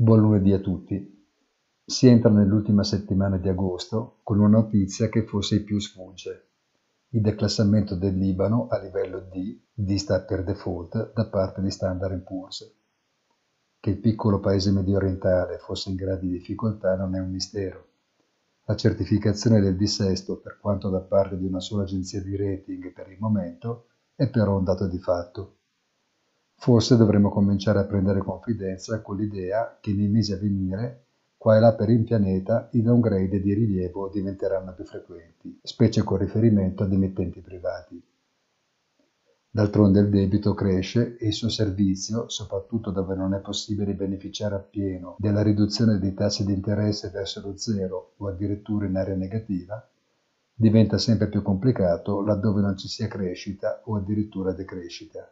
Buon lunedì a tutti. Si entra nell'ultima settimana di agosto con una notizia che forse ai più sfugge: il declassamento del Libano a livello D sta per default, da parte di Standard & Poor's. Che il piccolo paese mediorientale fosse in gravi difficoltà non è un mistero. La certificazione del dissesto, per quanto da parte di una sola agenzia di rating per il momento, è però un dato di fatto. Forse dovremmo cominciare a prendere confidenza con l'idea che nei mesi a venire, qua e là per il pianeta, i downgrade di rilievo diventeranno più frequenti, specie con riferimento ad emittenti privati. D'altronde il debito cresce e il suo servizio, soprattutto dove non è possibile beneficiare appieno della riduzione dei tassi di interesse verso lo zero o addirittura in area negativa, diventa sempre più complicato laddove non ci sia crescita o addirittura decrescita.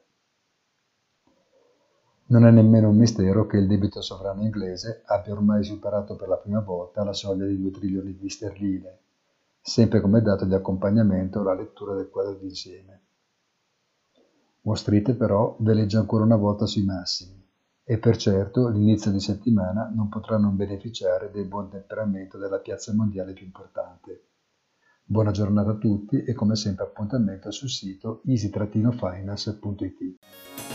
Non è nemmeno un mistero che il debito sovrano inglese abbia ormai superato per la prima volta la soglia di 2 trilioni di sterline, sempre come dato di accompagnamento alla lettura del quadro d'insieme. Wall Street però veleggia ancora una volta sui massimi e per certo l'inizio di settimana non potrà non beneficiare del buon temperamento della piazza mondiale più importante. Buona giornata a tutti e come sempre appuntamento sul sito easy-finance.it.